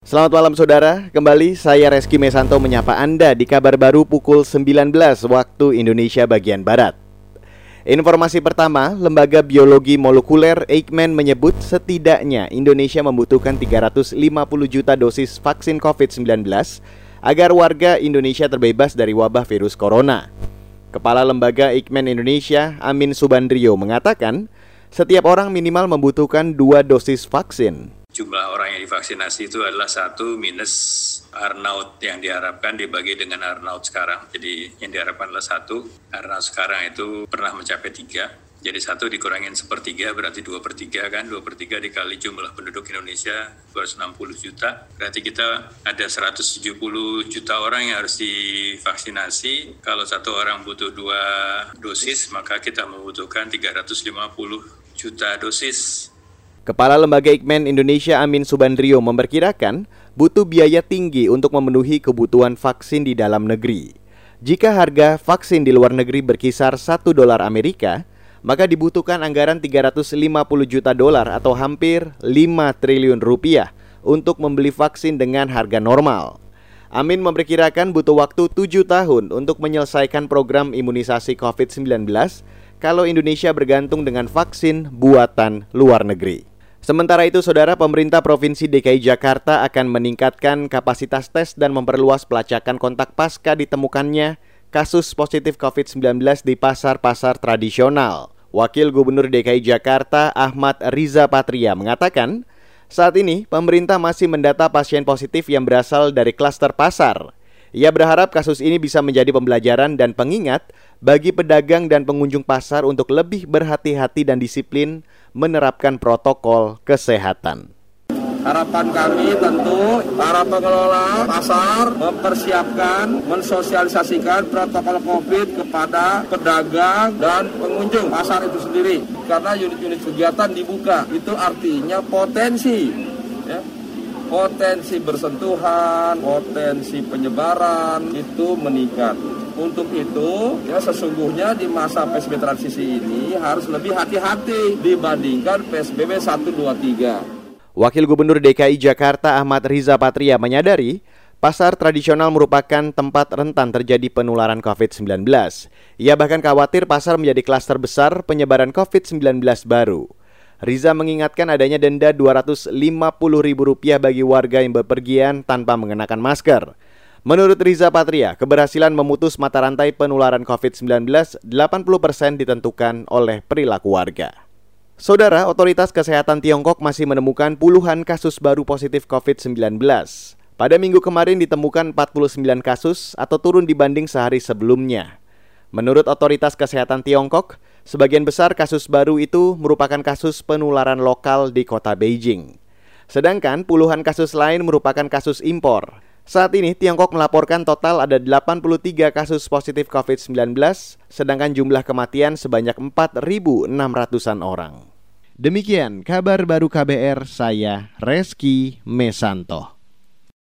Selamat malam saudara, kembali saya Reski Mesanto menyapa Anda di kabar baru pukul 19 waktu Indonesia bagian Barat. Informasi pertama, Lembaga Biologi Molekuler Eijkman menyebut setidaknya Indonesia membutuhkan 350 juta dosis vaksin COVID-19 agar warga Indonesia terbebas dari wabah virus corona. Kepala Lembaga Eijkman Indonesia, Amin Subandrio mengatakan, setiap orang minimal membutuhkan 2 dosis vaksin. Jumlah orang yang divaksinasi itu adalah 1 minus R0 yang diharapkan dibagi dengan R0 sekarang. Jadi yang diharapkan adalah 1, R0 sekarang itu pernah mencapai 3. Jadi 1 dikurangin 1/3 berarti 2/3 kan. 2/3 dikali jumlah penduduk Indonesia 260 juta. Berarti kita ada 170 juta orang yang harus divaksinasi. Kalau satu orang butuh 2 dosis, maka kita membutuhkan 350 juta dosis. Kepala Lembaga Eijkman Indonesia Amin Subandrio memperkirakan butuh biaya tinggi untuk memenuhi kebutuhan vaksin di dalam negeri. Jika harga vaksin di luar negeri berkisar $1 Amerika, maka dibutuhkan anggaran 350 juta dolar atau hampir 5 triliun rupiah untuk membeli vaksin dengan harga normal. Amin memperkirakan butuh waktu 7 tahun untuk menyelesaikan program imunisasi COVID-19 kalau Indonesia bergantung dengan vaksin buatan luar negeri. Sementara itu, saudara, pemerintah Provinsi DKI Jakarta akan meningkatkan kapasitas tes dan memperluas pelacakan kontak pasca ditemukannya kasus positif COVID-19 di pasar-pasar tradisional. Wakil Gubernur DKI Jakarta Ahmad Riza Patria mengatakan, saat ini pemerintah masih mendata pasien positif yang berasal dari klaster pasar. Ia berharap kasus ini bisa menjadi pembelajaran dan pengingat bagi pedagang dan pengunjung pasar untuk lebih berhati-hati dan disiplin menerapkan protokol kesehatan. Harapan kami tentu para pengelola pasar mempersiapkan, mensosialisasikan protokol COVID kepada pedagang dan pengunjung pasar itu sendiri. Karena unit-unit kegiatan dibuka, itu artinya potensi bersentuhan, potensi penyebaran itu meningkat. Untuk itu, sesungguhnya di masa PSBB transisi ini harus lebih hati-hati dibandingkan PSBB 1, 2, 3. Wakil Gubernur DKI Jakarta Ahmad Riza Patria menyadari pasar tradisional merupakan tempat rentan terjadi penularan COVID-19. Ia bahkan khawatir pasar menjadi klaster besar penyebaran COVID-19 baru. Riza mengingatkan adanya denda Rp250.000 bagi warga yang bepergian tanpa mengenakan masker. Menurut Riza Patria, keberhasilan memutus mata rantai penularan COVID-19 80% ditentukan oleh perilaku warga. Saudara, otoritas kesehatan Tiongkok masih menemukan puluhan kasus baru positif COVID-19. Pada minggu kemarin ditemukan 49 kasus atau turun dibanding sehari sebelumnya. Menurut otoritas kesehatan Tiongkok, sebagian besar kasus baru itu merupakan kasus penularan lokal di kota Beijing. Sedangkan puluhan kasus lain merupakan kasus impor. Saat ini Tiongkok melaporkan total ada 83 kasus positif COVID-19, sedangkan jumlah kematian sebanyak 4.600-an orang. Demikian kabar baru KBR, saya Reski Mesanto.